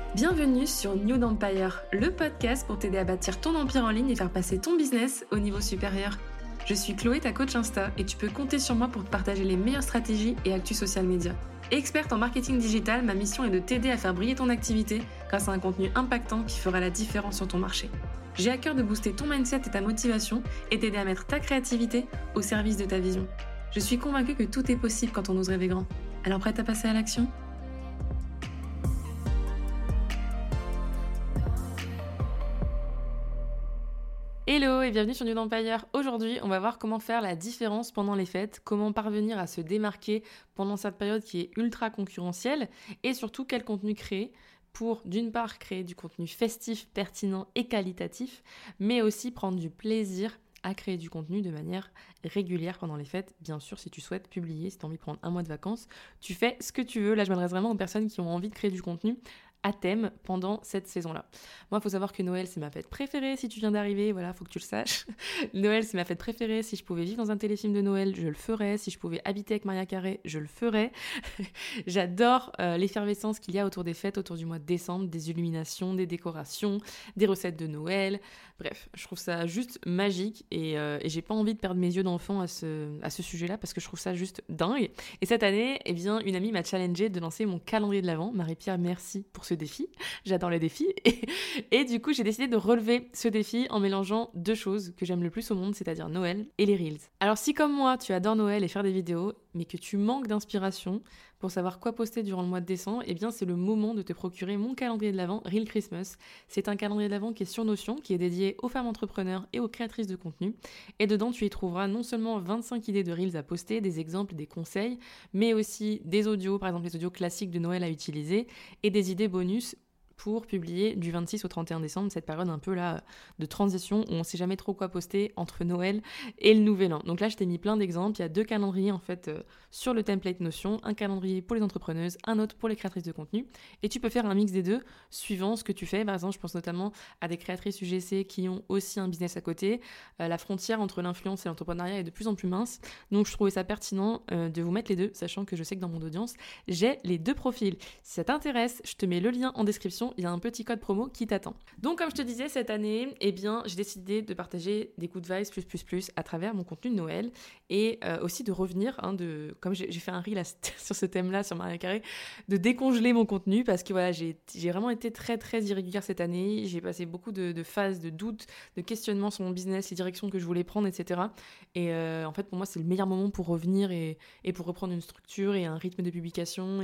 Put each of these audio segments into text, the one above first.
Bienvenue sur New Empire, le podcast pour t'aider à bâtir ton empire en ligne et faire passer ton business au niveau supérieur. Je suis Chloé, ta coach Insta, et tu peux compter sur moi pour te partager les meilleures stratégies et actus social media. Experte en marketing digital, ma mission est de t'aider à faire briller ton activité grâce à un contenu impactant qui fera la différence sur ton marché. J'ai à cœur de booster ton mindset et ta motivation et t'aider à mettre ta créativité au service de ta vision. Je suis convaincue que tout est possible quand on ose rêver grand. Alors prête à passer à l'action ? Hello et bienvenue sur New Empire. Aujourd'hui, on va voir comment faire la différence pendant les fêtes, comment parvenir à se démarquer pendant cette période qui est ultra concurrentielle et surtout quel contenu créer pour d'une part créer du contenu festif, pertinent et qualitatif, mais aussi prendre du plaisir à créer du contenu de manière régulière pendant les fêtes. Bien sûr, si tu souhaites publier, si tu as envie de prendre un mois de vacances, tu fais ce que tu veux. Là, je m'adresse vraiment aux personnes qui ont envie de créer du contenu à thème pendant cette saison-là. Moi, il faut savoir que Noël, c'est ma fête préférée. Si tu viens d'arriver, voilà, faut que tu le saches. Noël, c'est ma fête préférée. Si je pouvais vivre dans un téléfilm de Noël, je le ferais. Si je pouvais habiter avec Maria Carré, je le ferais. J'adore l'effervescence qu'il y a autour des fêtes, autour du mois de décembre, des illuminations, des décorations, des recettes de Noël. Bref, je trouve ça juste magique et j'ai pas envie de perdre mes yeux d'enfant à ce sujet-là parce que je trouve ça juste dingue. Et cette année, eh bien, une amie m'a challengée de lancer mon calendrier de l'Avent. Marie-Pierre, merci pour ce défi. J'adore les défis. Et du coup, j'ai décidé de relever ce défi en mélangeant deux choses que j'aime le plus au monde, c'est-à-dire Noël et les Reels. Alors si comme moi, tu adores Noël et faire des vidéos, mais que tu manques d'inspiration pour savoir quoi poster durant le mois de décembre, eh bien c'est le moment de te procurer mon calendrier de l'Avent Reel Christmas. C'est un calendrier de l'Avent qui est sur Notion, qui est dédié aux femmes entrepreneurs et aux créatrices de contenu. Et dedans, tu y trouveras non seulement 25 idées de Reels à poster, des exemples et des conseils, mais aussi des audios, par exemple les audios classiques de Noël à utiliser, et des idées bonus pour publier du 26 au 31 décembre, cette période un peu là de transition où on sait jamais trop quoi poster entre Noël et le Nouvel An. Donc là, je t'ai mis plein d'exemples. Il y a deux calendriers en fait sur le template Notion, un calendrier pour les entrepreneuses, un autre pour les créatrices de contenu. Et tu peux faire un mix des deux suivant ce que tu fais. Par exemple, je pense notamment à des créatrices UGC qui ont aussi un business à côté. La frontière entre l'influence et l'entrepreneuriat est de plus en plus mince. Donc je trouvais ça pertinent de vous mettre les deux, sachant que je sais que dans mon audience, j'ai les deux profils. Si ça t'intéresse, je te mets le lien en description. Il y a un petit code promo qui t'attend. Donc comme je te disais, cette année, eh bien, j'ai décidé de partager des good vibes plus à travers mon contenu de Noël et aussi de revenir, comme j'ai fait un reel sur ce thème-là, sur Maria Carré, de décongeler mon contenu parce que voilà, j'ai vraiment été très très irrégulière cette année. J'ai passé beaucoup de phases de doutes, de questionnements sur mon business, les directions que je voulais prendre, etc. Et en fait, pour moi, c'est le meilleur moment pour revenir et pour reprendre une structure et un rythme de publication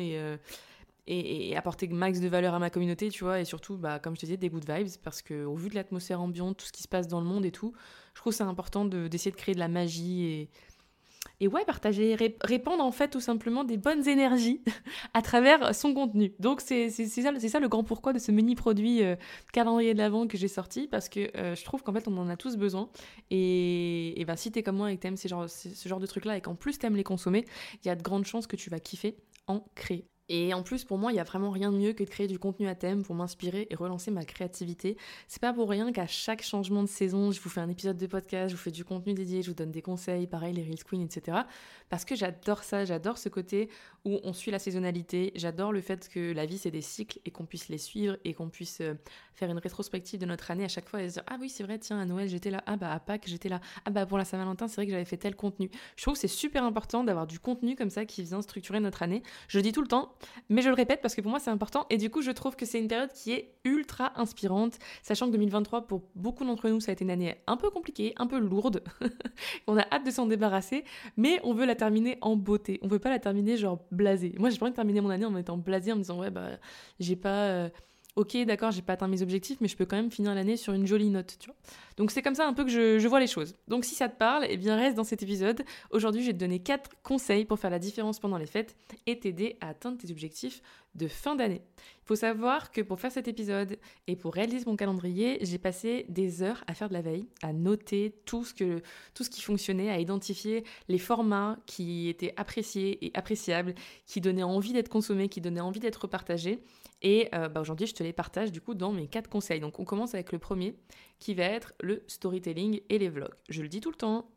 et apporter max de valeur à ma communauté, tu vois, et surtout, comme je te disais, des good vibes, parce qu'au vu de l'atmosphère ambiante, tout ce qui se passe dans le monde et tout, je trouve que c'est important d'essayer de créer de la magie et ouais, partager, répandre en fait tout simplement des bonnes énergies à travers son contenu. Donc c'est ça le grand pourquoi de ce mini-produit calendrier de l'Avent que j'ai sorti, parce que je trouve qu'en fait on en a tous besoin, et si t'es comme moi et que t'aimes ce genre de trucs-là, et qu'en plus t'aimes les consommer, il y a de grandes chances que tu vas kiffer en créer. Et en plus, pour moi, il n'y a vraiment rien de mieux que de créer du contenu à thème pour m'inspirer et relancer ma créativité. C'est pas pour rien qu'à chaque changement de saison, je vous fais un épisode de podcast, je vous fais du contenu dédié, je vous donne des conseils, pareil, les Reels Queen, etc. Parce que j'adore ça, j'adore ce côté où on suit la saisonnalité, j'adore le fait que la vie, c'est des cycles et qu'on puisse les suivre et qu'on puisse faire une rétrospective de notre année à chaque fois et se dire « Ah oui, c'est vrai, tiens, à Noël, j'étais là. Ah à Pâques, j'étais là. Ah pour la Saint-Valentin, c'est vrai que j'avais fait tel contenu. » Je trouve que c'est super important d'avoir du contenu comme ça qui vient structurer notre année. Je le dis tout le temps, mais je le répète parce que pour moi c'est important et du coup je trouve que c'est une période qui est ultra inspirante, sachant que 2023 pour beaucoup d'entre nous ça a été une année un peu compliquée, un peu lourde, on a hâte de s'en débarrasser, mais on veut la terminer en beauté, on veut pas la terminer genre blasée. Moi j'ai pas envie de terminer mon année en étant blasée, en me disant ouais j'ai pas... Ok, d'accord, j'ai pas atteint mes objectifs, mais je peux quand même finir l'année sur une jolie note, tu vois. Donc c'est comme ça un peu que je vois les choses. Donc si ça te parle, eh bien reste dans cet épisode. Aujourd'hui, je vais te donner 4 conseils pour faire la différence pendant les fêtes et t'aider à atteindre tes objectifs de fin d'année. Il faut savoir que pour faire cet épisode et pour réaliser mon calendrier, j'ai passé des heures à faire de la veille, à noter tout ce qui fonctionnait, à identifier les formats qui étaient appréciés et appréciables, qui donnaient envie d'être consommés, qui donnaient envie d'être partagés. Et aujourd'hui, je te les partage du coup dans mes 4 conseils. Donc on commence avec le premier qui va être le storytelling et les vlogs. Je le dis tout le temps,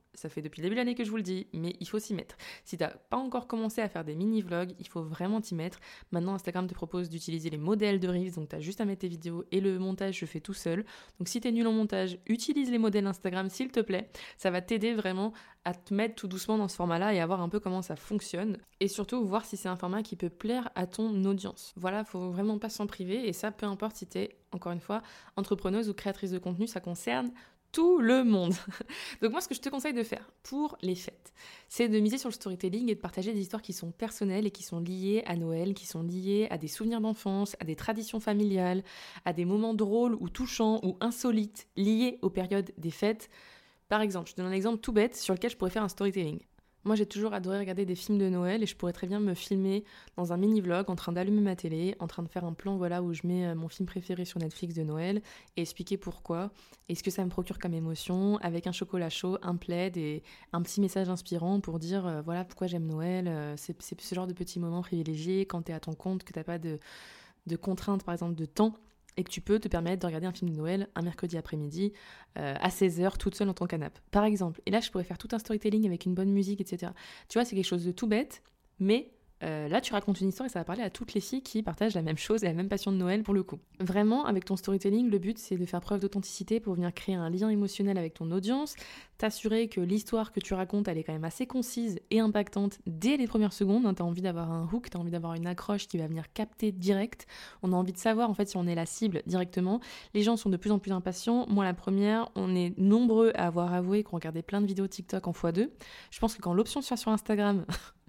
Ça fait depuis le début de l'année que je vous le dis, mais il faut s'y mettre. Si t'as pas encore commencé à faire des mini-vlogs, il faut vraiment t'y mettre. Maintenant, Instagram te propose d'utiliser les modèles de Reels, donc t'as juste à mettre tes vidéos et le montage je fais tout seul. Donc si t'es nul en montage, utilise les modèles Instagram s'il te plaît. Ça va t'aider vraiment à te mettre tout doucement dans ce format-là et à voir un peu comment ça fonctionne. Et surtout, voir si c'est un format qui peut plaire à ton audience. Voilà, faut vraiment pas s'en priver. Et ça, peu importe si t'es, encore une fois, entrepreneuse ou créatrice de contenu, ça concerne tout le monde. Donc moi, ce que je te conseille de faire pour les fêtes, c'est de miser sur le storytelling et de partager des histoires qui sont personnelles et qui sont liées à Noël, qui sont liées à des souvenirs d'enfance, à des traditions familiales, à des moments drôles ou touchants ou insolites liés aux périodes des fêtes. Par exemple, je te donne un exemple tout bête sur lequel je pourrais faire un storytelling. Moi, j'ai toujours adoré regarder des films de Noël et je pourrais très bien me filmer dans un mini-vlog en train d'allumer ma télé, en train de faire un plan où je mets mon film préféré sur Netflix de Noël et expliquer pourquoi et ce que ça me procure comme émotion avec un chocolat chaud, un plaid et un petit message inspirant pour dire voilà pourquoi j'aime Noël. C'est ce genre de petits moments privilégiés quand t'es à ton compte, que t'as pas de contraintes par exemple de temps et que tu peux te permettre de regarder un film de Noël un mercredi après-midi à 16h toute seule dans ton canapé, par exemple. Et là, je pourrais faire tout un storytelling avec une bonne musique, etc. Tu vois, c'est quelque chose de tout bête, mais là, tu racontes une histoire et ça va parler à toutes les filles qui partagent la même chose et la même passion de Noël pour le coup. Vraiment, avec ton storytelling, le but, c'est de faire preuve d'authenticité pour venir créer un lien émotionnel avec ton audience, t'assurer que l'histoire que tu racontes, elle est quand même assez concise et impactante dès les premières secondes. T'as envie d'avoir un hook, t'as envie d'avoir une accroche qui va venir capter direct. On a envie de savoir en fait si on est la cible directement. Les gens sont de plus en plus impatients. Moi, la première, on est nombreux à avoir avoué qu'on regardait plein de vidéos TikTok en x2. Je pense que quand l'option soit sur Instagram...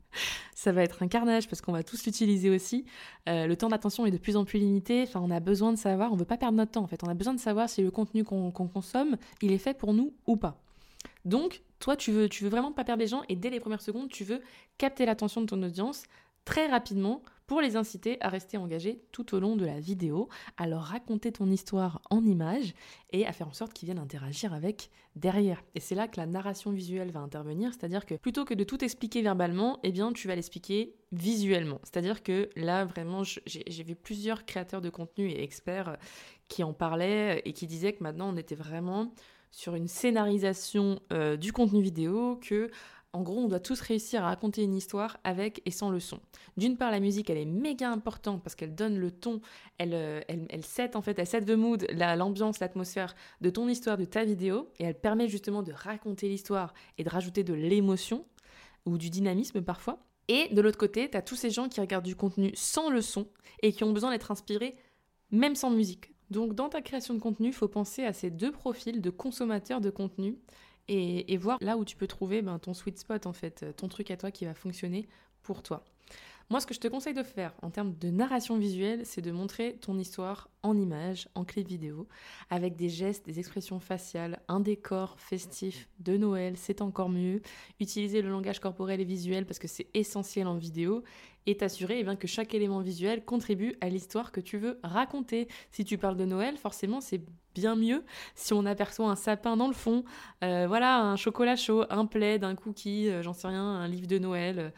ça va être un carnage parce qu'on va tous l'utiliser aussi. Le temps d'attention est de plus en plus limité. Enfin, on a besoin de savoir, on veut pas perdre notre temps en fait. On a besoin de savoir si le contenu qu'on consomme, il est fait pour nous ou pas. Donc, toi, tu veux vraiment pas perdre les gens et dès les premières secondes, tu veux capter l'attention de ton audience très rapidement pour les inciter à rester engagés tout au long de la vidéo, à leur raconter ton histoire en images et à faire en sorte qu'ils viennent interagir avec derrière. Et c'est là que la narration visuelle va intervenir, c'est-à-dire que plutôt que de tout expliquer verbalement, eh bien tu vas l'expliquer visuellement. C'est-à-dire que là vraiment, j'ai vu plusieurs créateurs de contenu et experts qui en parlaient et qui disaient que maintenant on était vraiment sur une scénarisation du contenu vidéo, que en gros, on doit tous réussir à raconter une histoire avec et sans le son. D'une part, la musique, elle est méga importante parce qu'elle donne le ton, elle set en fait, elle set the mood, l'ambiance, l'atmosphère de ton histoire, de ta vidéo, et elle permet justement de raconter l'histoire et de rajouter de l'émotion ou du dynamisme parfois. Et de l'autre côté, t'as tous ces gens qui regardent du contenu sans le son et qui ont besoin d'être inspirés même sans musique. Donc dans ta création de contenu, il faut penser à ces deux profils de consommateurs de contenu et voir là où tu peux trouver ton sweet spot en fait, ton truc à toi qui va fonctionner pour toi. Moi, ce que je te conseille de faire en termes de narration visuelle, c'est de montrer ton histoire en images, en clip vidéo, avec des gestes, des expressions faciales, un décor festif de Noël, c'est encore mieux. Utiliser le langage corporel et visuel parce que c'est essentiel en vidéo et t'assurer que chaque élément visuel contribue à l'histoire que tu veux raconter. Si tu parles de Noël, forcément, c'est bien mieux si on aperçoit un sapin dans le fond, un chocolat chaud, un plaid, un cookie, j'en sais rien, un livre de Noël,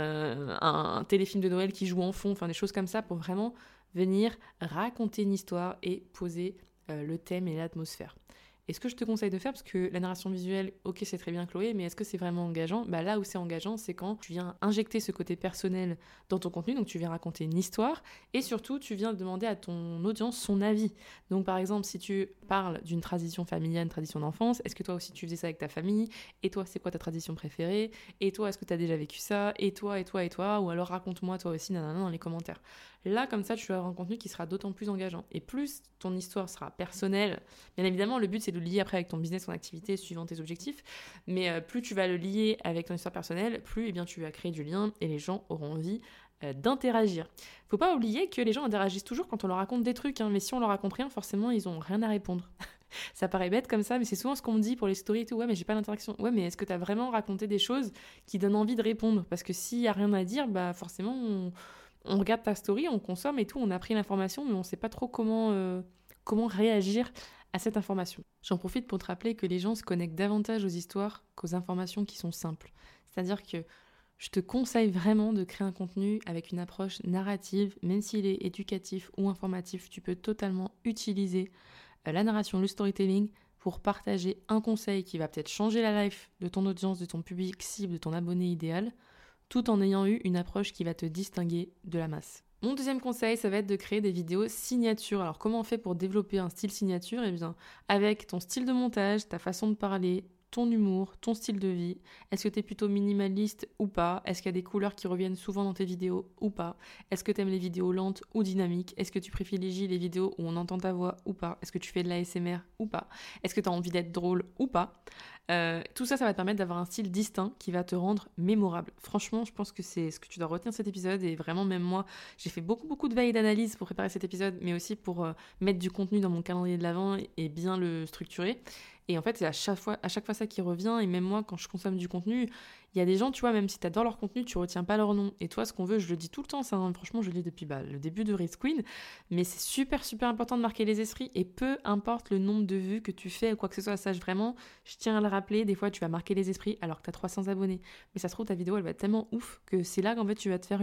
un téléfilm de Noël qui joue en fond, enfin des choses comme ça pour vraiment venir raconter une histoire et poser le thème et l'atmosphère. Et ce que je te conseille de faire, parce que la narration visuelle, ok c'est très bien Chloé, mais est-ce que c'est vraiment engageant ? Là où c'est engageant, c'est quand tu viens injecter ce côté personnel dans ton contenu, donc tu viens raconter une histoire, et surtout tu viens demander à ton audience son avis. Donc par exemple, si tu parles d'une tradition familiale, une tradition d'enfance, est-ce que toi aussi tu faisais ça avec ta famille ? Et toi, c'est quoi ta tradition préférée ? Et toi, est-ce que tu as déjà vécu ça ? Et toi ? Ou alors raconte-moi toi aussi, nanana, dans les commentaires. Là, comme ça, tu vas avoir un contenu qui sera d'autant plus engageant. Et plus ton histoire sera personnelle, bien évidemment, le but, c'est de le lier après avec ton business, ton activité, suivant tes objectifs. Mais plus tu vas le lier avec ton histoire personnelle, plus tu vas créer du lien et les gens auront envie d'interagir. Faut pas oublier que les gens interagissent toujours quand on leur raconte des trucs, mais si on leur raconte rien, forcément, ils ont rien à répondre. Ça paraît bête comme ça, mais c'est souvent ce qu'on me dit pour les stories et tout. Ouais, mais j'ai pas d'interaction. Ouais, mais est-ce que t'as vraiment raconté des choses qui donnent envie de répondre ? Parce que s'il y a rien à dire, forcément... On regarde ta story, on consomme et tout, on a pris l'information, mais on ne sait pas trop comment réagir à cette information. J'en profite pour te rappeler que les gens se connectent davantage aux histoires qu'aux informations qui sont simples. C'est-à-dire que je te conseille vraiment de créer un contenu avec une approche narrative, même s'il est éducatif ou informatif, tu peux totalement utiliser la narration, le storytelling pour partager un conseil qui va peut-être changer la life de ton audience, de ton public cible, de ton abonné idéal, tout en ayant eu une approche qui va te distinguer de la masse. Mon deuxième conseil, ça va être de créer des vidéos signatures. Alors comment on fait pour développer un style signature ? Eh bien, avec ton style de montage, ta façon de parler, ton humour, ton style de vie. Est-ce que tu es plutôt minimaliste ou pas ? Est-ce qu'il y a des couleurs qui reviennent souvent dans tes vidéos ou pas ? Est-ce que tu aimes les vidéos lentes ou dynamiques ? Est-ce que tu privilégies les vidéos où on entend ta voix ou pas ? Est-ce que tu fais de l'ASMR ou pas ? Est-ce que tu as envie d'être drôle ou pas ? Tout ça, ça va te permettre d'avoir un style distinct qui va te rendre mémorable. Franchement, je pense que c'est ce que tu dois retenir de cet épisode. Et vraiment, même moi, j'ai fait beaucoup de veille d'analyse pour préparer cet épisode, mais aussi pour mettre du contenu dans mon calendrier de l'Avent et bien le structurer. Et en fait, c'est à chaque fois ça qui revient. Et même moi, quand je consomme du contenu, il y a des gens, tu vois, même si tu adores leur contenu, tu retiens pas leur nom. Et toi, ce qu'on veut, je le dis tout le temps, ça, hein, franchement, je le dis depuis le début de Race Queen. Mais c'est super important de marquer les esprits. Et peu importe le nombre de vues que tu fais ou quoi que ce soit, sache vraiment, je tiens à le rappeler, des fois, tu vas marquer les esprits alors que tu as 300 abonnés. Mais ça se trouve, ta vidéo, elle va être tellement ouf que c'est là qu'en fait, tu vas te faire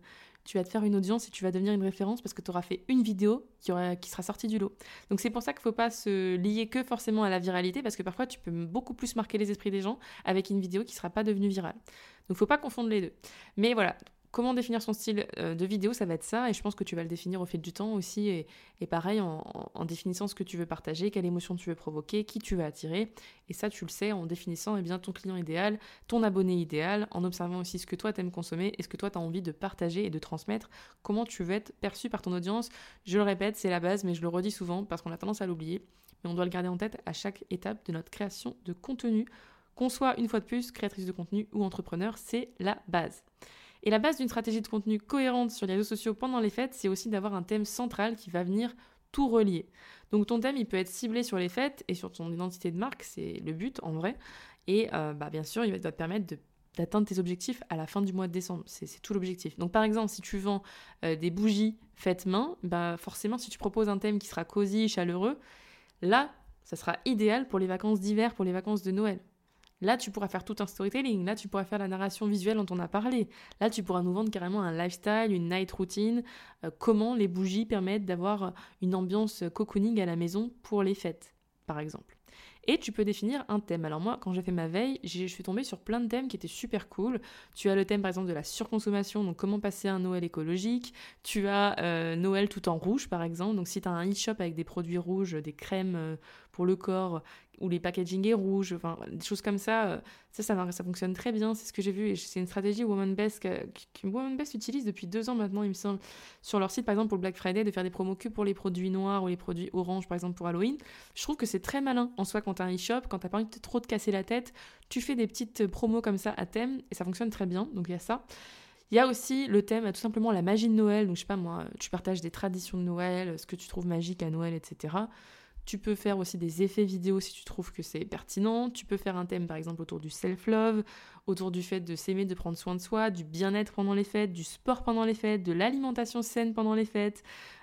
une audience et tu vas devenir une référence parce que tu auras fait une vidéo qui sera sortie du lot. Donc c'est pour ça qu'il ne faut pas se lier que forcément à la viralité parce que parfois tu peux beaucoup plus marquer les esprits des gens avec une vidéo qui ne sera pas devenue virale. Donc il ne faut pas confondre les deux. Mais voilà, comment définir son style de vidéo, ça va être ça et je pense que tu vas le définir au fil du temps aussi et pareil en définissant ce que tu veux partager, quelle émotion tu veux provoquer, qui tu veux attirer et ça tu le sais en définissant ton client idéal, ton abonné idéal, en observant aussi ce que toi t'aimes consommer et ce que toi t'as envie de partager et de transmettre, comment tu veux être perçu par ton audience. Je le répète, c'est la base mais je le redis souvent parce qu'on a tendance à l'oublier mais on doit le garder en tête à chaque étape de notre création de contenu, qu'on soit une fois de plus créatrice de contenu ou entrepreneur, c'est la base. Et la base d'une stratégie de contenu cohérente sur les réseaux sociaux pendant les fêtes, c'est aussi d'avoir un thème central qui va venir tout relier. Donc ton thème, il peut être ciblé sur les fêtes et sur ton identité de marque, c'est le but en vrai. Et bien sûr, il doit te permettre d'atteindre tes objectifs à la fin du mois de décembre. C'est tout l'objectif. Donc par exemple, si tu vends des bougies faites main, forcément, si tu proposes un thème qui sera cosy, chaleureux, là, ça sera idéal pour les vacances d'hiver, pour les vacances de Noël. Là, tu pourras faire tout un storytelling. Là, tu pourras faire la narration visuelle dont on a parlé. Là, tu pourras nous vendre carrément un lifestyle, une night routine, comment les bougies permettent d'avoir une ambiance cocooning à la maison pour les fêtes, par exemple. Et tu peux définir un thème. Alors moi, quand j'ai fait ma veille, je suis tombée sur plein de thèmes qui étaient super cool. Tu as le thème par exemple de la surconsommation, donc comment passer un Noël écologique. Tu as Noël tout en rouge par exemple. Donc si tu as un e-shop avec des produits rouges, des crèmes pour le corps, où les packaging est rouge, enfin des choses comme ça, ça fonctionne très bien, c'est ce que j'ai vu et c'est une stratégie Woman Best que Woman Best utilise depuis 2 ans maintenant, il me semble, sur leur site par exemple pour le Black Friday, de faire des promos que pour les produits noirs ou les produits orange par exemple pour Halloween. Je trouve que c'est très malin en soi quand t'as un e-shop, quand t'as pas envie de trop te casser la tête, tu fais des petites promos comme ça à thème et ça fonctionne très bien, donc il y a ça. Il y a aussi le thème, tout simplement la magie de Noël, donc je sais pas moi, tu partages des traditions de Noël, ce que tu trouves magique à Noël, etc. Tu peux faire aussi des effets vidéo si tu trouves que c'est pertinent. Tu peux faire un thème par exemple autour du self-love, autour du fait de s'aimer, de prendre soin de soi, du bien-être pendant les fêtes, du sport pendant les fêtes, de l'alimentation saine pendant les fêtes,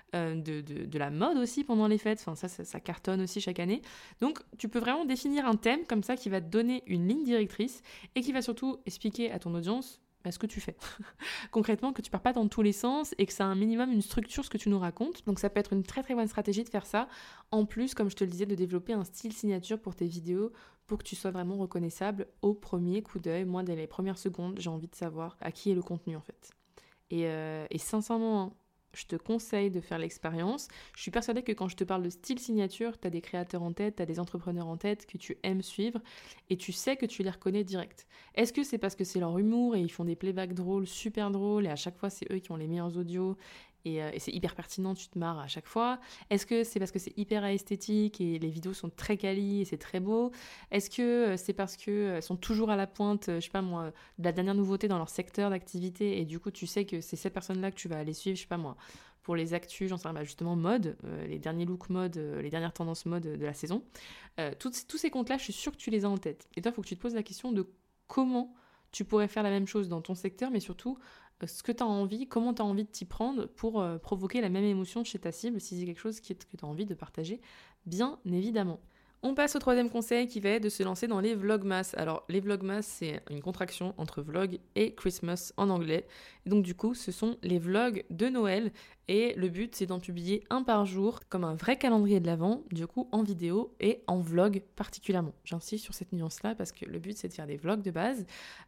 de la mode aussi pendant les fêtes. Enfin ça cartonne aussi chaque année. Donc tu peux vraiment définir un thème comme ça qui va te donner une ligne directrice et qui va surtout expliquer à ton audience ce que tu fais. Concrètement, que tu pars pas dans tous les sens et que ça a un minimum une structure ce que tu nous racontes. Donc ça peut être une très très bonne stratégie de faire ça. En plus, comme je te le disais, de développer un style signature pour tes vidéos pour que tu sois vraiment reconnaissable au premier coup d'œil. Moi, dès les premières secondes, j'ai envie de savoir à qui est le contenu en fait. Et sincèrement, je te conseille de faire l'expérience. Je suis persuadée que quand je te parle de style signature, tu as des créateurs en tête, tu as des entrepreneurs en tête que tu aimes suivre et tu sais que tu les reconnais direct. Est-ce que c'est parce que c'est leur humour et ils font des playbacks drôles, super drôles et à chaque fois c'est eux qui ont les meilleurs audios et c'est hyper pertinent, tu te marres à chaque fois? Est-ce que c'est parce que c'est hyper esthétique et les vidéos sont très quali et c'est très beau? Est-ce que c'est parce qu'elles sont toujours à la pointe, je sais pas moi, de la dernière nouveauté dans leur secteur d'activité et du coup tu sais que c'est ces personnes-là que tu vas aller suivre, je sais pas moi, pour les actus, j'en sais rien, justement mode, les derniers looks mode, les dernières tendances mode de la saison. Tous ces comptes-là, je suis sûre que tu les as en tête. Et toi, il faut que tu te poses la question de comment tu pourrais faire la même chose dans ton secteur, mais surtout ce que tu as envie, comment tu as envie de t'y prendre pour provoquer la même émotion chez ta cible, si c'est quelque chose que tu as envie de partager, bien évidemment. On passe au troisième conseil qui va être de se lancer dans les vlogmas. Alors les vlogmas, c'est une contraction entre vlog et Christmas en anglais. Et donc du coup, ce sont les vlogs de Noël Et le but, c'est d'en publier un par jour, comme un vrai calendrier de l'Avent, du coup en vidéo et en vlog particulièrement. J'insiste sur cette nuance-là parce que le but, c'est de faire des vlogs de base.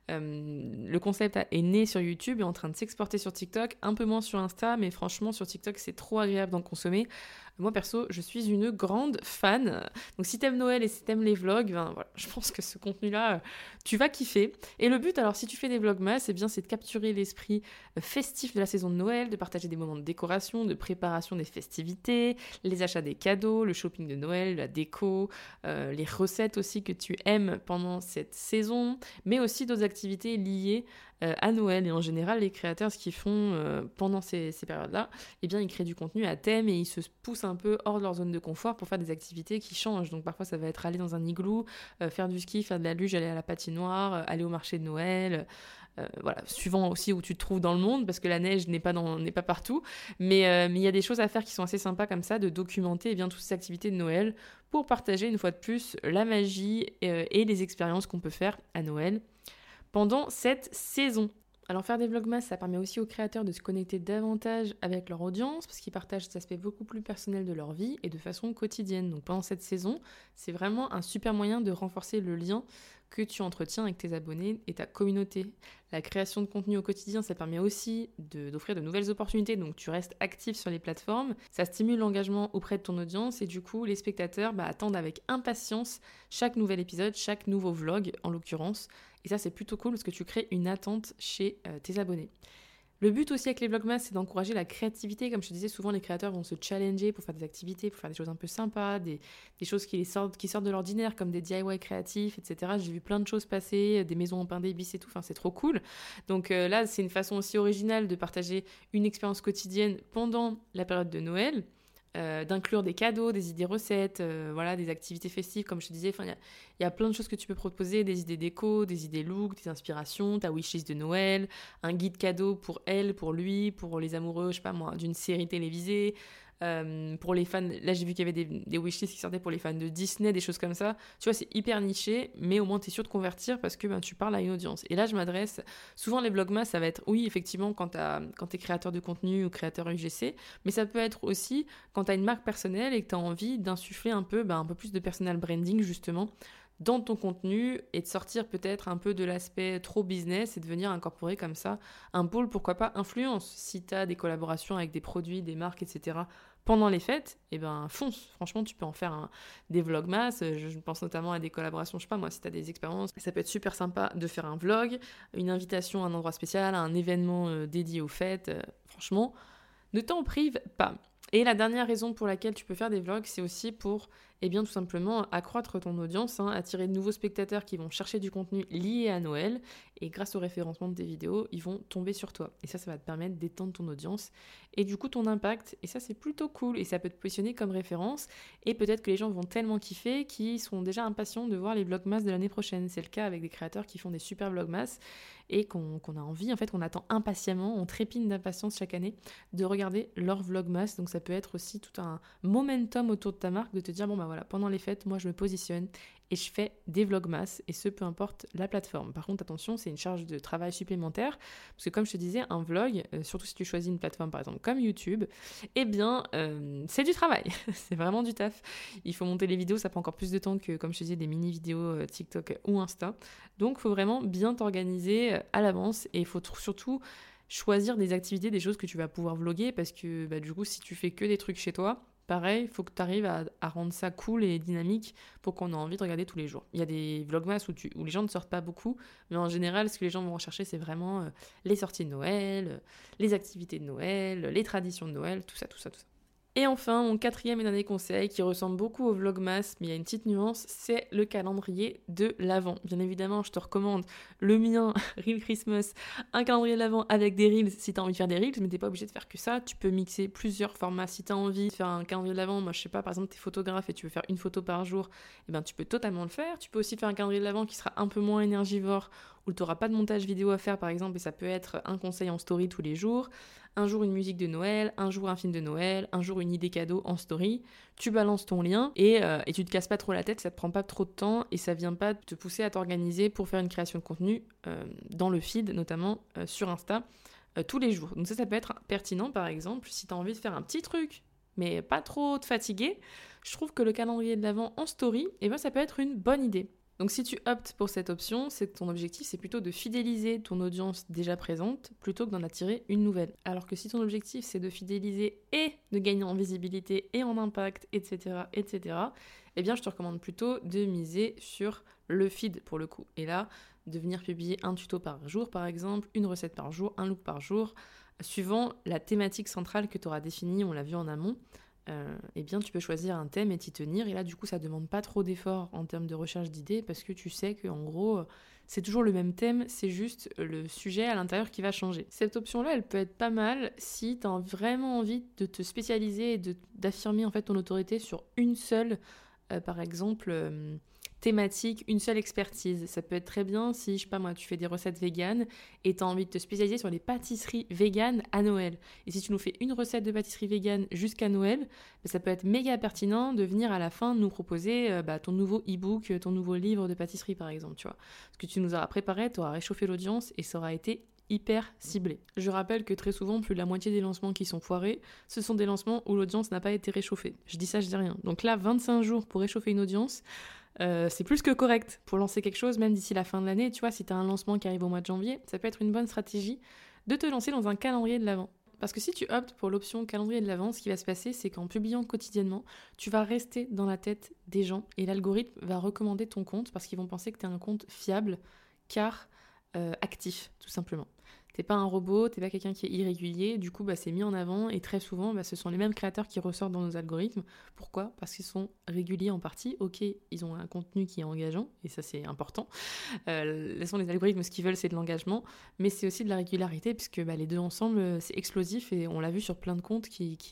Le concept est né sur YouTube et est en train de s'exporter sur TikTok, un peu moins sur Insta, mais franchement, sur TikTok, c'est trop agréable d'en consommer. Moi, perso, je suis une grande fan. Donc, si t'aimes Noël et si t'aimes les vlogs, ben, voilà, je pense que ce contenu-là, tu vas kiffer. Et le but, alors, si tu fais des vlogmas, eh bien, c'est de capturer l'esprit festif de la saison de Noël, de partager des moments de décoration, de préparation des festivités, les achats des cadeaux, le shopping de Noël, la déco, les recettes aussi que tu aimes pendant cette saison, mais aussi d'autres activités liées à Noël. Et en général, les créateurs, ce qu'ils font pendant ces périodes-là, eh bien, ils créent du contenu à thème et ils se poussent un peu hors de leur zone de confort pour faire des activités qui changent. Donc parfois, ça va être aller dans un igloo, faire du ski, faire de la luge, aller à la patinoire, aller au marché de Noël. Voilà, suivant aussi où tu te trouves dans le monde, parce que la neige n'est pas partout, mais il y a des choses à faire qui sont assez sympas comme ça, de documenter eh bien, toutes ces activités de Noël pour partager une fois de plus la magie et les expériences qu'on peut faire à Noël pendant cette saison. Alors faire des vlogmas, ça permet aussi aux créateurs de se connecter davantage avec leur audience parce qu'ils partagent des aspects beaucoup plus personnels de leur vie et de façon quotidienne. Donc pendant cette saison, c'est vraiment un super moyen de renforcer le lien que tu entretiens avec tes abonnés et ta communauté. La création de contenu au quotidien, ça permet aussi d'offrir de nouvelles opportunités, donc tu restes actif sur les plateformes, ça stimule l'engagement auprès de ton audience et du coup les spectateurs attendent avec impatience chaque nouvel épisode, chaque nouveau vlog en l'occurrence, et ça c'est plutôt cool parce que tu crées une attente chez tes abonnés. Le but aussi avec les vlogmas, c'est d'encourager la créativité. Comme je te disais, souvent les créateurs vont se challenger pour faire des activités, pour faire des choses un peu sympas, des choses qui sortent de l'ordinaire, comme des DIY créatifs, etc. J'ai vu plein de choses passer, des maisons en pain d'épices et tout, enfin c'est trop cool. Donc là, c'est une façon aussi originale de partager une expérience quotidienne pendant la période de Noël. D'inclure des cadeaux, des idées recettes, voilà, des activités festives, comme je te disais. Enfin, il y a plein de choses que tu peux proposer, des idées déco, des idées look, des inspirations, ta wishlist de Noël, un guide cadeau pour elle, pour lui, pour les amoureux, je sais pas moi, d'une série télévisée. Pour les fans, là j'ai vu qu'il y avait des wishlists qui sortaient pour les fans de Disney, des choses comme ça. Tu vois, c'est hyper niché, mais au moins tu es sûr de convertir parce que tu parles à une audience. Et là, je m'adresse, souvent les vlogmas, ça va être, oui, effectivement, quand tu es créateur de contenu ou créateur UGC, mais ça peut être aussi quand tu as une marque personnelle et que tu as envie d'insuffler un peu plus de personal branding, justement, dans ton contenu et de sortir peut-être un peu de l'aspect trop business et de venir incorporer comme ça un pôle, pourquoi pas, influence. Si tu as des collaborations avec des produits, des marques, etc., pendant les fêtes, fonce. Franchement, tu peux en faire des vlogmas. Je pense notamment à des collaborations, je sais pas moi, si tu as des expériences, ça peut être super sympa de faire un vlog, une invitation à un endroit spécial, à un événement dédié aux fêtes. Franchement, ne t'en prive pas. Et la dernière raison pour laquelle tu peux faire des vlogs, c'est aussi pour, tout simplement accroître ton audience, attirer de nouveaux spectateurs qui vont chercher du contenu lié à Noël, et grâce au référencement de tes vidéos, ils vont tomber sur toi. Et ça va te permettre d'étendre ton audience, et du coup ton impact, et ça c'est plutôt cool, et ça peut te positionner comme référence, et peut-être que les gens vont tellement kiffer qu'ils seront déjà impatients de voir les vlogmas de l'année prochaine. C'est le cas avec des créateurs qui font des super vlogmas, et qu'on a envie, en fait, qu'on attend impatiemment, on trépigne d'impatience chaque année de regarder leur vlogmas. Donc ça peut être aussi tout un momentum autour de ta marque, de te dire, voilà, pendant les fêtes, moi je me positionne et je fais des vlogmas, et ce, peu importe la plateforme. Par contre, attention, c'est une charge de travail supplémentaire, parce que comme je te disais, un vlog, surtout si tu choisis une plateforme par exemple comme YouTube, c'est du travail, c'est vraiment du taf. Il faut monter les vidéos, ça prend encore plus de temps que, comme je te disais, des mini-vidéos TikTok ou Insta. Donc, il faut vraiment bien t'organiser à l'avance, et il faut surtout choisir des activités, des choses que tu vas pouvoir vlogger, parce que du coup, si tu fais que des trucs chez toi, pareil, il faut que tu arrives à rendre ça cool et dynamique pour qu'on ait envie de regarder tous les jours. Il y a des vlogmas où les gens ne sortent pas beaucoup, mais en général, ce que les gens vont rechercher, c'est vraiment les sorties de Noël, les activités de Noël, les traditions de Noël, tout ça. Et enfin, mon quatrième et dernier conseil, qui ressemble beaucoup au vlogmas, mais il y a une petite nuance, c'est le calendrier de l'Avent. Bien évidemment, je te recommande le mien, Reel Christmas, un calendrier de l'Avent avec des Reels si tu as envie de faire des Reels, mais t'es pas obligé de faire que ça. Tu peux mixer plusieurs formats. Si tu as envie de faire un calendrier de l'Avent, moi je sais pas, par exemple, tu es photographe et tu veux faire une photo par jour, tu peux totalement le faire. Tu peux aussi faire un calendrier de l'Avent qui sera un peu moins énergivore, où tu n'auras pas de montage vidéo à faire par exemple, et ça peut être un conseil en story tous les jours, un jour une musique de Noël, un jour un film de Noël, un jour une idée cadeau en story. Tu balances ton lien et tu te casses pas trop la tête, ça te prend pas trop de temps et ça vient pas te pousser à t'organiser pour faire une création de contenu dans le feed, notamment sur Insta. tous les jours. Donc ça peut être pertinent, par exemple, si tu as envie de faire un petit truc, mais pas trop te fatiguer. Je trouve que le calendrier de l'Avent en story, ça peut être une bonne idée. Donc si tu optes pour cette option, c'est que ton objectif, c'est plutôt de fidéliser ton audience déjà présente plutôt que d'en attirer une nouvelle. Alors que si ton objectif, c'est de fidéliser et de gagner en visibilité et en impact, etc., je te recommande plutôt de miser sur le feed pour le coup. Et là, de venir publier un tuto par jour, par exemple, une recette par jour, un look par jour, suivant la thématique centrale que tu auras définie, on l'a vu en amont. Tu peux choisir un thème et t'y tenir, et là du coup ça demande pas trop d'efforts en termes de recherche d'idées parce que tu sais qu'en gros c'est toujours le même thème, c'est juste le sujet à l'intérieur qui va changer. Cette option là elle peut être pas mal si t'as vraiment envie de te spécialiser et d'affirmer en fait ton autorité sur une seule par exemple thématique, une seule expertise. Ça peut être très bien si, tu fais des recettes véganes et tu as envie de te spécialiser sur les pâtisseries véganes à Noël. Et si tu nous fais une recette de pâtisserie végane jusqu'à Noël, ça peut être méga pertinent de venir à la fin nous proposer ton nouveau e-book, ton nouveau livre de pâtisserie par exemple, tu vois. Ce que tu nous auras préparé, tu auras réchauffé l'audience et ça aura été hyper ciblé. Je rappelle que très souvent, plus de la moitié des lancements qui sont foirés, ce sont des lancements où l'audience n'a pas été réchauffée. Je dis ça, je dis rien. Donc là, 25 jours pour réchauffer une audience, c'est plus que correct pour lancer quelque chose, même d'ici la fin de l'année. Tu vois, si tu as un lancement qui arrive au mois de janvier, ça peut être une bonne stratégie de te lancer dans un calendrier de l'Avent. Parce que si tu optes pour l'option calendrier de l'Avent, ce qui va se passer, c'est qu'en publiant quotidiennement, tu vas rester dans la tête des gens et l'algorithme va recommander ton compte parce qu'ils vont penser que tu es un compte fiable, car actif, tout simplement. T'es pas un robot, t'es pas quelqu'un qui est irrégulier, du coup c'est mis en avant et très souvent ce sont les mêmes créateurs qui ressortent dans nos algorithmes. Pourquoi ? Parce qu'ils sont réguliers en partie, ok, ils ont un contenu qui est engageant et ça c'est important. Les algorithmes, ce qu'ils veulent c'est de l'engagement, mais c'est aussi de la régularité puisque les deux ensemble c'est explosif et on l'a vu sur plein de comptes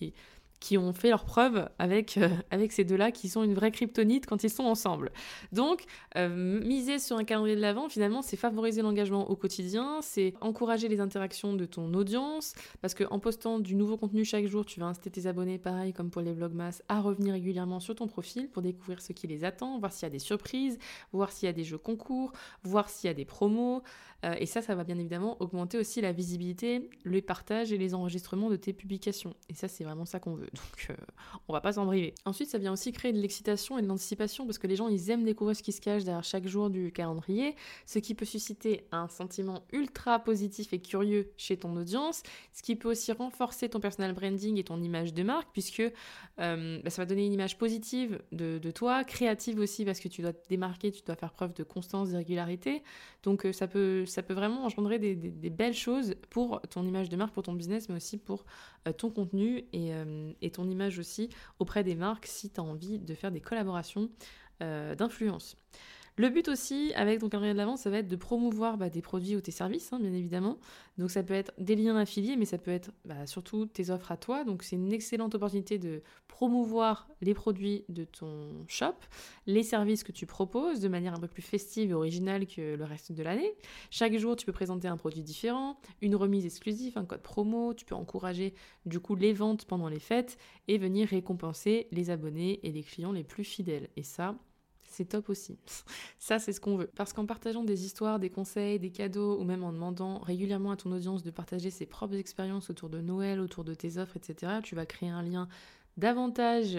qui ont fait leurs preuves avec ces deux-là, qui sont une vraie kryptonite quand ils sont ensemble. Donc, miser sur un calendrier de l'Avent, finalement, c'est favoriser l'engagement au quotidien, c'est encourager les interactions de ton audience, parce qu'en postant du nouveau contenu chaque jour, tu vas inciter tes abonnés, pareil comme pour les vlogmas, à revenir régulièrement sur ton profil pour découvrir ce qui les attend, voir s'il y a des surprises, voir s'il y a des jeux concours, voir s'il y a des promos, et ça va bien évidemment augmenter aussi la visibilité, le partage et les enregistrements de tes publications. Et ça, c'est vraiment ça qu'on veut. Donc, on va pas s'en priver. Ensuite, ça vient aussi créer de l'excitation et de l'anticipation parce que les gens, ils aiment découvrir ce qui se cache derrière chaque jour du calendrier, ce qui peut susciter un sentiment ultra positif et curieux chez ton audience, ce qui peut aussi renforcer ton personal branding et ton image de marque puisque ça va donner une image positive de toi, créative aussi parce que tu dois te démarquer, tu dois faire preuve de constance, de régularité. Donc, ça peut vraiment engendrer des belles choses pour ton image de marque, pour ton business, mais aussi pour ton contenu et ton image aussi auprès des marques si tu as envie de faire des collaborations d'influence. Le but aussi, avec ton calendrier de l'Avent, ça va être de promouvoir des produits ou tes services, bien évidemment. Donc ça peut être des liens affiliés, mais ça peut être surtout tes offres à toi. Donc c'est une excellente opportunité de promouvoir les produits de ton shop, les services que tu proposes de manière un peu plus festive et originale que le reste de l'année. Chaque jour, tu peux présenter un produit différent, une remise exclusive, un code promo. Tu peux encourager du coup les ventes pendant les fêtes et venir récompenser les abonnés et les clients les plus fidèles. Et ça, c'est top aussi. Ça, c'est ce qu'on veut. Parce qu'en partageant des histoires, des conseils, des cadeaux, ou même en demandant régulièrement à ton audience de partager ses propres expériences autour de Noël, autour de tes offres, etc., tu vas créer un lien davantage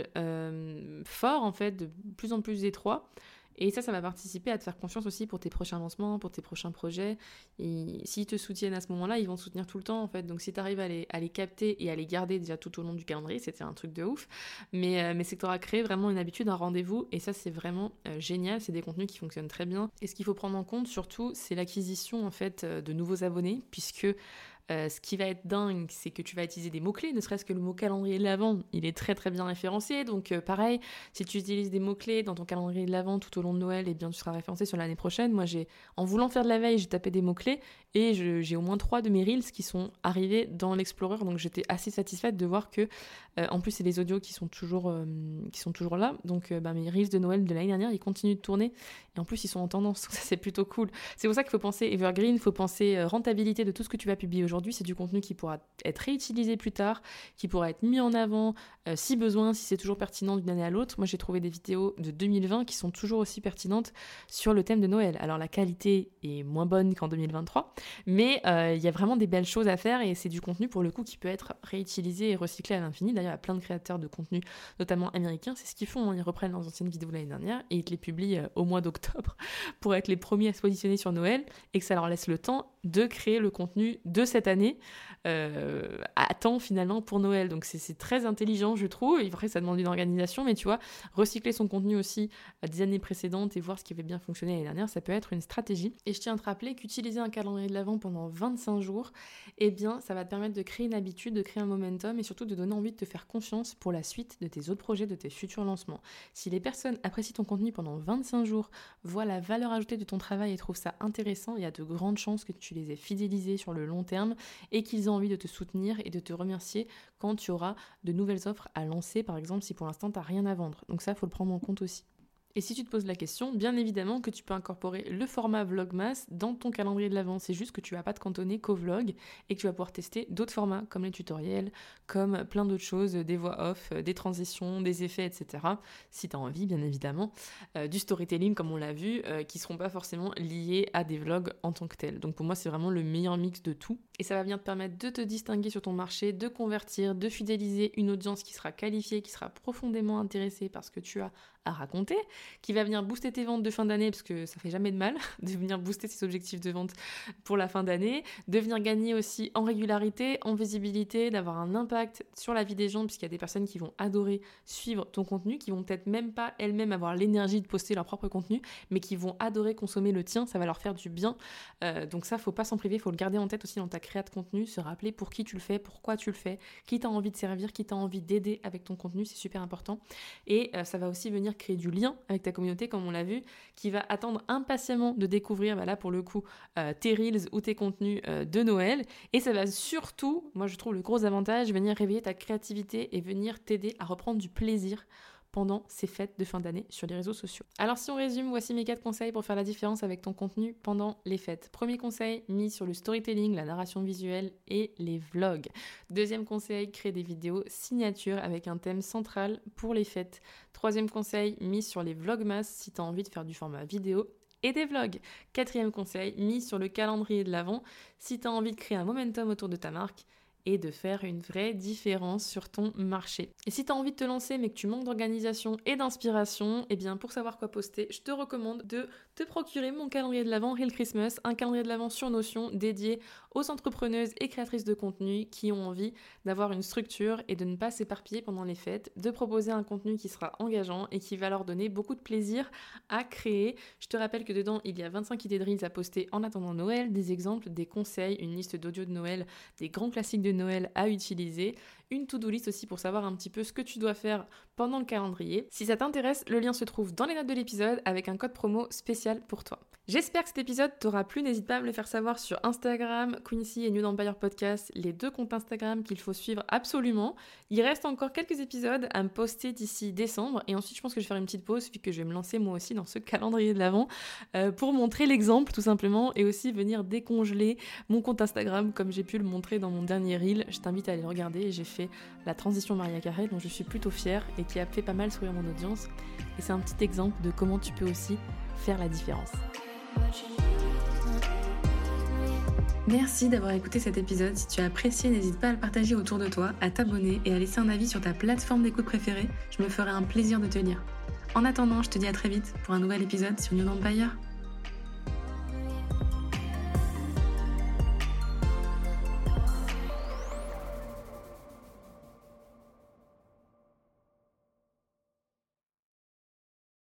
fort, en fait, de plus en plus étroit. Et ça va participer à te faire confiance aussi pour tes prochains lancements, pour tes prochains projets. Et s'ils te soutiennent à ce moment-là, ils vont te soutenir tout le temps, en fait. Donc, si tu arrives à les capter et à les garder déjà tout au long du calendrier, c'était un truc de ouf. Mais c'est que tu auras créé vraiment une habitude, un rendez-vous. Et ça, c'est vraiment génial. C'est des contenus qui fonctionnent très bien. Et ce qu'il faut prendre en compte, surtout, c'est l'acquisition, en fait, de nouveaux abonnés, puisque ce qui va être dingue, c'est que tu vas utiliser des mots-clés, ne serait-ce que le mot calendrier de l'Avent, il est très très bien référencé, donc pareil, si tu utilises des mots-clés dans ton calendrier de l'Avent tout au long de Noël, eh bien tu seras référencé sur l'année prochaine. Moi, en voulant faire de la veille, j'ai tapé des mots-clés et j'ai au moins 3 de mes Reels qui sont arrivés dans l'Explorer, donc j'étais assez satisfaite de voir que, en plus c'est les audios qui sont toujours là, donc mes Reels de Noël de l'année dernière, ils continuent de tourner, et en plus ils sont en tendance, donc ça c'est plutôt cool. C'est pour ça qu'il faut penser evergreen, il faut penser rentabilité de tout ce que tu vas publier aujourd'hui, aujourd'hui, c'est du contenu qui pourra être réutilisé plus tard, qui pourra être mis en avant si besoin, si c'est toujours pertinent d'une année à l'autre. Moi, j'ai trouvé des vidéos de 2020 qui sont toujours aussi pertinentes sur le thème de Noël. Alors, la qualité est moins bonne qu'en 2023, mais il y a vraiment des belles choses à faire et c'est du contenu, pour le coup, qui peut être réutilisé et recyclé à l'infini. D'ailleurs, il y a plein de créateurs de contenu, notamment américains, c'est ce qu'ils font. Ils reprennent leurs anciennes vidéos l'année dernière et ils te les publient au mois d'octobre pour être les premiers à se positionner sur Noël et que ça leur laisse le temps de créer le contenu de cette année à temps finalement pour Noël. Donc c'est très intelligent, je trouve. Et après, ça demande une organisation, mais tu vois, recycler son contenu aussi des années précédentes et voir ce qui avait bien fonctionné l'année dernière, ça peut être une stratégie. Et je tiens à te rappeler qu'utiliser un calendrier de l'Avent pendant 25 jours, eh bien, ça va te permettre de créer une habitude, de créer un momentum et surtout de donner envie de te faire confiance pour la suite de tes autres projets, de tes futurs lancements. Si les personnes apprécient ton contenu pendant 25 jours, voient la valeur ajoutée de ton travail et trouvent ça intéressant, il y a de grandes chances que tu les aies fidélisés sur le long terme et qu'ils aient envie de te soutenir et de te remercier quand tu auras de nouvelles offres à lancer, par exemple si pour l'instant tu n'as rien à vendre. Donc ça, il faut le prendre en compte aussi. Et si tu te poses la question, bien évidemment que tu peux incorporer le format Vlogmas dans ton calendrier de l'Avent. C'est juste que tu vas pas te cantonner qu'au vlog et que tu vas pouvoir tester d'autres formats comme les tutoriels, comme plein d'autres choses, des voix off, des transitions, des effets, etc. Si tu as envie, bien évidemment, du storytelling comme on l'a vu, qui seront pas forcément liés à des vlogs en tant que tels. Donc pour moi, c'est vraiment le meilleur mix de tout. Et ça va venir te permettre de te distinguer sur ton marché, de convertir, de fidéliser une audience qui sera qualifiée, qui sera profondément intéressée par ce que tu as à raconter, qui va venir booster tes ventes de fin d'année, parce que ça fait jamais de mal de venir booster ses objectifs de vente pour la fin d'année, de venir gagner aussi en régularité, en visibilité, d'avoir un impact sur la vie des gens, puisqu'il y a des personnes qui vont adorer suivre ton contenu, qui vont peut-être même pas elles-mêmes avoir l'énergie de poster leur propre contenu, mais qui vont adorer consommer le tien, ça va leur faire du bien. Donc ça, faut pas s'en priver, faut le garder en tête aussi dans ta créa de contenu, se rappeler pour qui tu le fais, pourquoi tu le fais, qui t'a envie de servir, qui t'a envie d'aider avec ton contenu, c'est super important. Et ça va aussi venir créer du lien avec ta communauté, comme on l'a vu, qui va attendre impatiemment de découvrir, là pour le coup, tes reels ou tes contenus de Noël. Et ça va surtout, moi je trouve le gros avantage, venir réveiller ta créativité et venir t'aider à reprendre du plaisir pendant ces fêtes de fin d'année sur les réseaux sociaux. Alors si on résume, voici mes 4 conseils pour faire la différence avec ton contenu pendant les fêtes. Premier conseil, mise sur le storytelling, la narration visuelle et les vlogs. Deuxième conseil, créer des vidéos signatures avec un thème central pour les fêtes. Troisième conseil, mise sur les vlogmas si tu as envie de faire du format vidéo et des vlogs. Quatrième conseil, mise sur le calendrier de l'Avent si tu as envie de créer un momentum autour de ta marque et de faire une vraie différence sur ton marché. Et si tu as envie de te lancer mais que tu manques d'organisation et d'inspiration, eh bien pour savoir quoi poster, je te recommande de te procurer mon calendrier de l'Avent Real Christmas, un calendrier de l'Avent sur Notion dédié aux entrepreneuses et créatrices de contenu qui ont envie d'avoir une structure et de ne pas s'éparpiller pendant les fêtes, de proposer un contenu qui sera engageant et qui va leur donner beaucoup de plaisir à créer. Je te rappelle que dedans, il y a 25 idées de reels à poster en attendant Noël, des exemples, des conseils, une liste d'audio de Noël, des grands classiques de Noël à utiliser, une to-do list aussi pour savoir un petit peu ce que tu dois faire pendant le calendrier. Si ça t'intéresse, le lien se trouve dans les notes de l'épisode avec un code promo spécial pour toi. J'espère que cet épisode t'aura plu, n'hésite pas à me le faire savoir sur Instagram, Quincy et New Empire Podcast, les 2 comptes Instagram qu'il faut suivre absolument. Il reste encore quelques épisodes à me poster d'ici décembre et ensuite je pense que je vais faire une petite pause vu que je vais me lancer moi aussi dans ce calendrier de l'Avent pour montrer l'exemple tout simplement et aussi venir décongeler mon compte Instagram comme j'ai pu le montrer dans mon dernier reel. Je t'invite à aller le regarder, j'ai fait la transition Maria Carré dont je suis plutôt fière et qui a fait pas mal sourire mon audience et c'est un petit exemple de comment tu peux aussi faire la différence. Merci d'avoir écouté cet épisode. Si tu as apprécié, n'hésite pas à le partager autour de toi, à t'abonner et à laisser un avis sur ta plateforme d'écoute préférée. Je me ferai un plaisir de te lire. En attendant, je te dis à très vite pour un nouvel épisode sur New Empire.